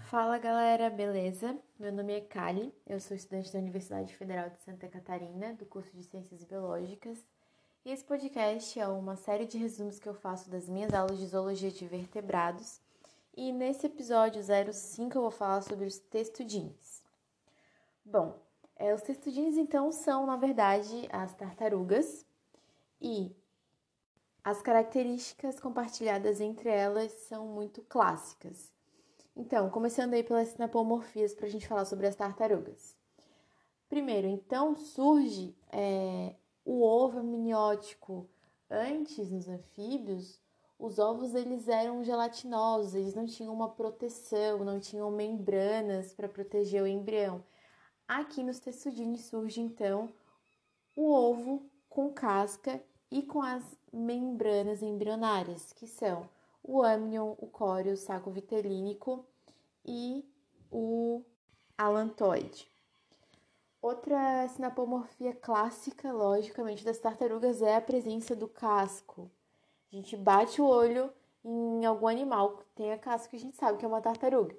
Fala galera, beleza? Meu nome é Kali, eu sou estudante da Universidade Federal de Santa Catarina, do curso de Ciências Biológicas, e esse podcast é uma série de resumos que eu faço das minhas aulas de Zoologia de Vertebrados, e nesse episódio 05 eu vou falar sobre os testudines. Bom, os testudines então são, na verdade, as tartarugas, e as características compartilhadas entre elas são muito clássicas. Então, começando aí pelas sinapomorfias para a gente falar sobre as tartarugas. Primeiro, então, surge o ovo amniótico. Antes, nos anfíbios, os ovos eles eram gelatinosos, eles não tinham uma proteção, não tinham membranas para proteger o embrião. Aqui nos testudines surge, então, o ovo com casca e com as membranas embrionárias, que são o âmnion, o córeo, o saco vitelínico e o alantoide. Outra sinapomorfia clássica, logicamente, das tartarugas é a presença do casco. A gente bate o olho em algum animal que tenha casco, a gente sabe que é uma tartaruga.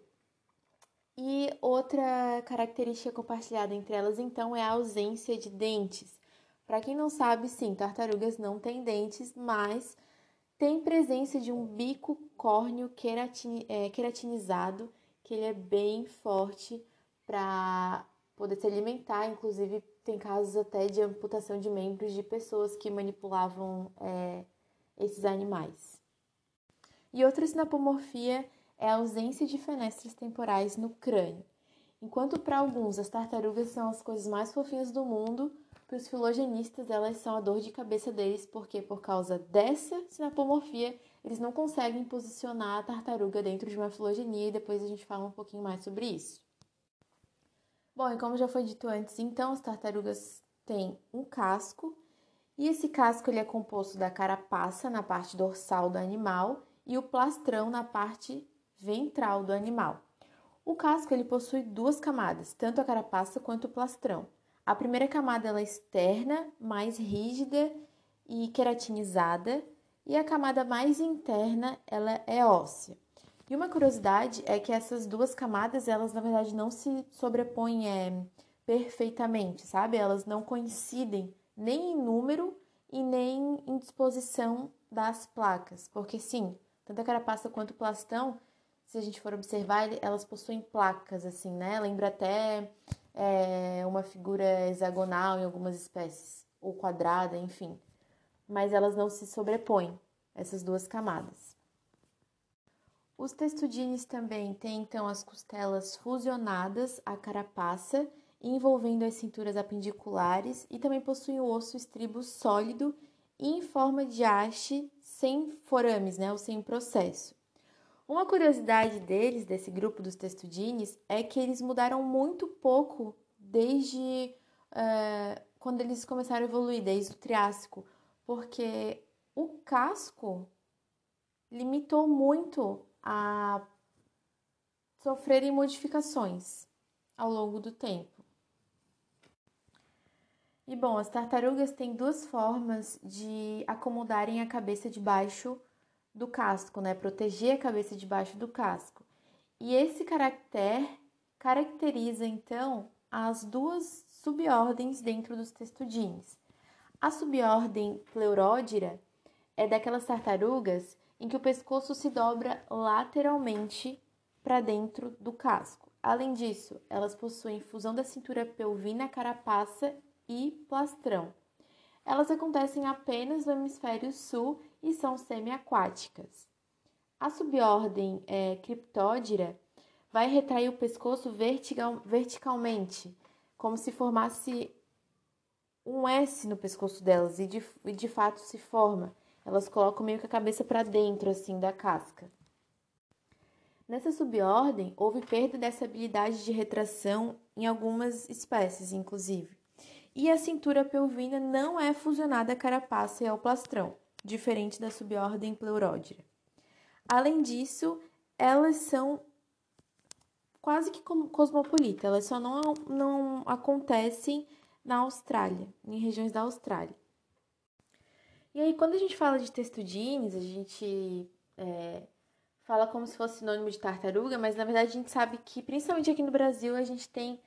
E outra característica compartilhada entre elas, então, é a ausência de dentes. Para quem não sabe, sim, tartarugas não têm dentes, mas tem presença de um bico córneo queratinizado, que ele é bem forte para poder se alimentar. Inclusive, tem casos até de amputação de membros de pessoas que manipulavam esses animais. E outra sinapomorfia é a ausência de fenestras temporais no crânio. Enquanto para alguns as tartarugas são as coisas mais fofinhas do mundo, para os filogenistas elas são a dor de cabeça deles, porque por causa dessa sinapomorfia eles não conseguem posicionar a tartaruga dentro de uma filogenia, e depois a gente fala um pouquinho mais sobre isso. Bom, e como já foi dito antes, então as tartarugas têm um casco, e esse casco ele é composto da carapaça na parte dorsal do animal e o plastrão na parte ventral do animal. O casco ele possui duas camadas, tanto a carapaça quanto o plastrão. A primeira camada ela é externa, mais rígida e queratinizada, e a camada mais interna ela é óssea. E uma curiosidade é que essas duas camadas, elas na verdade não se sobrepõem perfeitamente, sabe? Elas não coincidem nem em número e nem em disposição das placas, porque sim, tanto a carapaça quanto o plastrão, se a gente for observar, elas possuem placas, assim, né? Lembra até uma figura hexagonal em algumas espécies, ou quadrada, enfim. Mas elas não se sobrepõem, essas duas camadas. Os testudines também têm, então, as costelas fusionadas à carapaça, envolvendo as cinturas apendiculares, e também possuem o osso estribo sólido e em forma de haste, sem forames, né? Ou sem processo. Uma curiosidade deles, desse grupo dos testudines, é que eles mudaram muito pouco desde quando eles começaram a evoluir, desde o Triássico, porque o casco limitou muito a sofrerem modificações ao longo do tempo. E bom, as tartarugas têm duas formas de acomodarem a cabeça debaixo do casco, né? Proteger a cabeça debaixo do casco. E esse caractere caracteriza, então, as duas subordens dentro dos testudines. A subordem Pleurodira é daquelas tartarugas em que o pescoço se dobra lateralmente para dentro do casco. Além disso, elas possuem fusão da cintura pelvina, carapaça e plastrão. Elas acontecem apenas no hemisfério sul e são semiaquáticas. A subordem Criptódira vai retrair o pescoço verticalmente, como se formasse um S no pescoço delas, e de fato se forma. Elas colocam meio que a cabeça para dentro, assim, da casca. Nessa subordem, houve perda dessa habilidade de retração em algumas espécies, inclusive. E a cintura pelvina não é fusionada à carapaça e ao plastrão, diferente da subordem Pleurodira. Além disso, elas são quase que cosmopolitas, elas só não acontecem na Austrália, em regiões da Austrália. E aí, quando a gente fala de testudines, a gente fala como se fosse sinônimo de tartaruga, mas na verdade a gente sabe que, principalmente aqui no Brasil, a gente tem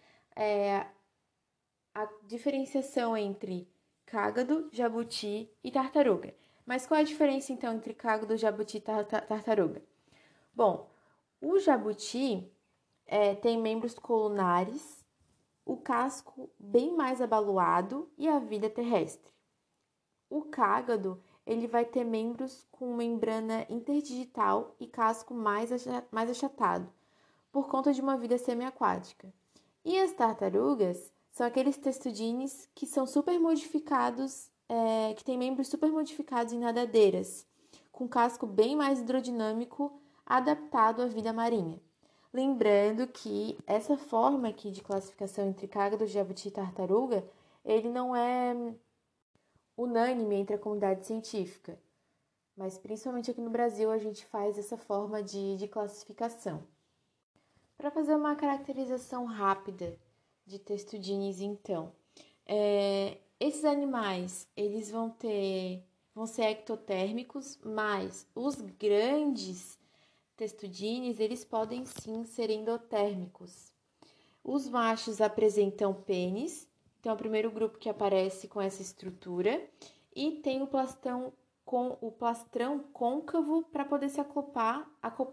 a diferenciação entre cágado, jabuti e tartaruga. Mas qual é a diferença, então, entre cágado, jabuti e tartaruga? Bom, o jabuti tem membros colunares, o casco bem mais abaluado e a vida terrestre. O cágado, ele vai ter membros com membrana interdigital e casco mais achatado, por conta de uma vida semiaquática. E as tartarugas são aqueles testudines que são super modificados, que têm membros super modificados em nadadeiras, com casco bem mais hidrodinâmico, adaptado à vida marinha. Lembrando que essa forma aqui de classificação entre cágado, jabuti e tartaruga, ele não é unânime entre a comunidade científica, mas principalmente aqui no Brasil a gente faz essa forma de classificação. Para fazer uma caracterização rápida de testudines, então, esses animais eles vão ser ectotérmicos, mas os grandes testudines eles podem sim ser endotérmicos. Os machos apresentam pênis, então é o primeiro grupo que aparece com essa estrutura, e tem o plastrão côncavo para poder se acoplar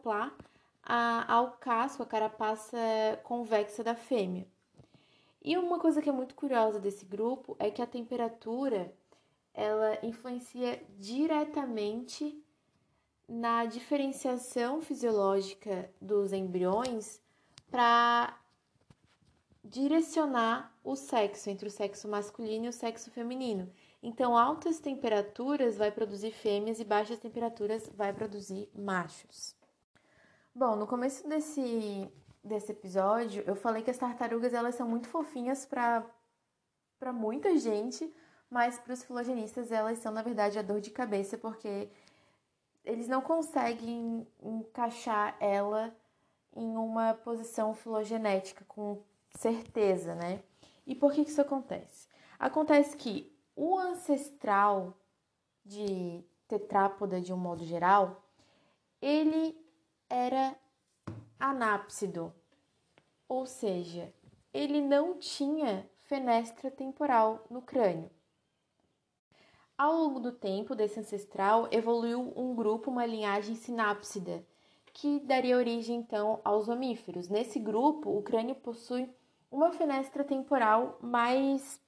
ao casco, a carapaça convexa da fêmea. E uma coisa que é muito curiosa desse grupo é que a temperatura ela influencia diretamente na diferenciação fisiológica dos embriões para direcionar o sexo entre o sexo masculino e o sexo feminino. Então, altas temperaturas vai produzir fêmeas e baixas temperaturas vai produzir machos. Bom, no começo desse episódio, eu falei que as tartarugas elas são muito fofinhas para muita gente, mas para os filogenistas elas são, na verdade, a dor de cabeça, porque eles não conseguem encaixar ela em uma posição filogenética com certeza, né? E por que isso acontece? Acontece que o ancestral de tetrápoda, de um modo geral, ele era anápsido, ou seja, ele não tinha fenestra temporal no crânio. Ao longo do tempo desse ancestral, evoluiu um grupo, uma linhagem sinápsida, que daria origem, então, aos mamíferos. Nesse grupo, o crânio possui uma fenestra temporal mais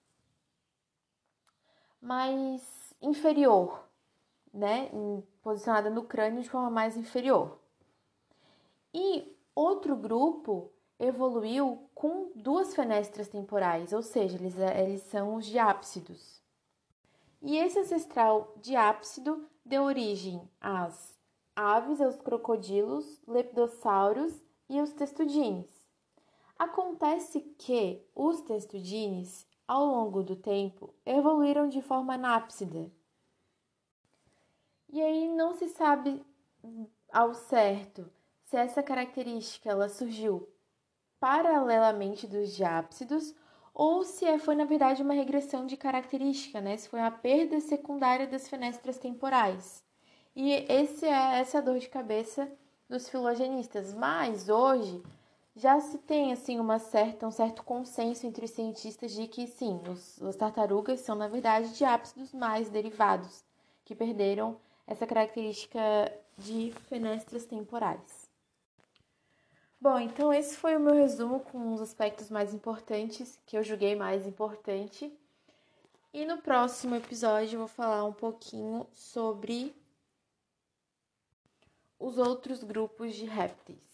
inferior, né? Posicionada no crânio de forma mais inferior. E outro grupo evoluiu com duas fenestras temporais, ou seja, eles são os diápsidos. E esse ancestral diápsido deu origem às aves, aos crocodilos, lepidosauros e os testudines. Acontece que os testudines, ao longo do tempo, evoluíram de forma anápsida. E aí não se sabe ao certo se essa característica ela surgiu paralelamente dos diápsidos ou se foi, na verdade, uma regressão de característica, né? Se foi uma perda secundária das fenestras temporais. E essa é a dor de cabeça dos filogenistas. Mas hoje já se tem assim um certo consenso entre os cientistas de que sim, as tartarugas são, na verdade, diápsidos mais derivados, que perderam essa característica de fenestras temporais. Bom, então esse foi o meu resumo com os aspectos mais importantes, que eu julguei mais importante. E no próximo episódio eu vou falar um pouquinho sobre os outros grupos de répteis.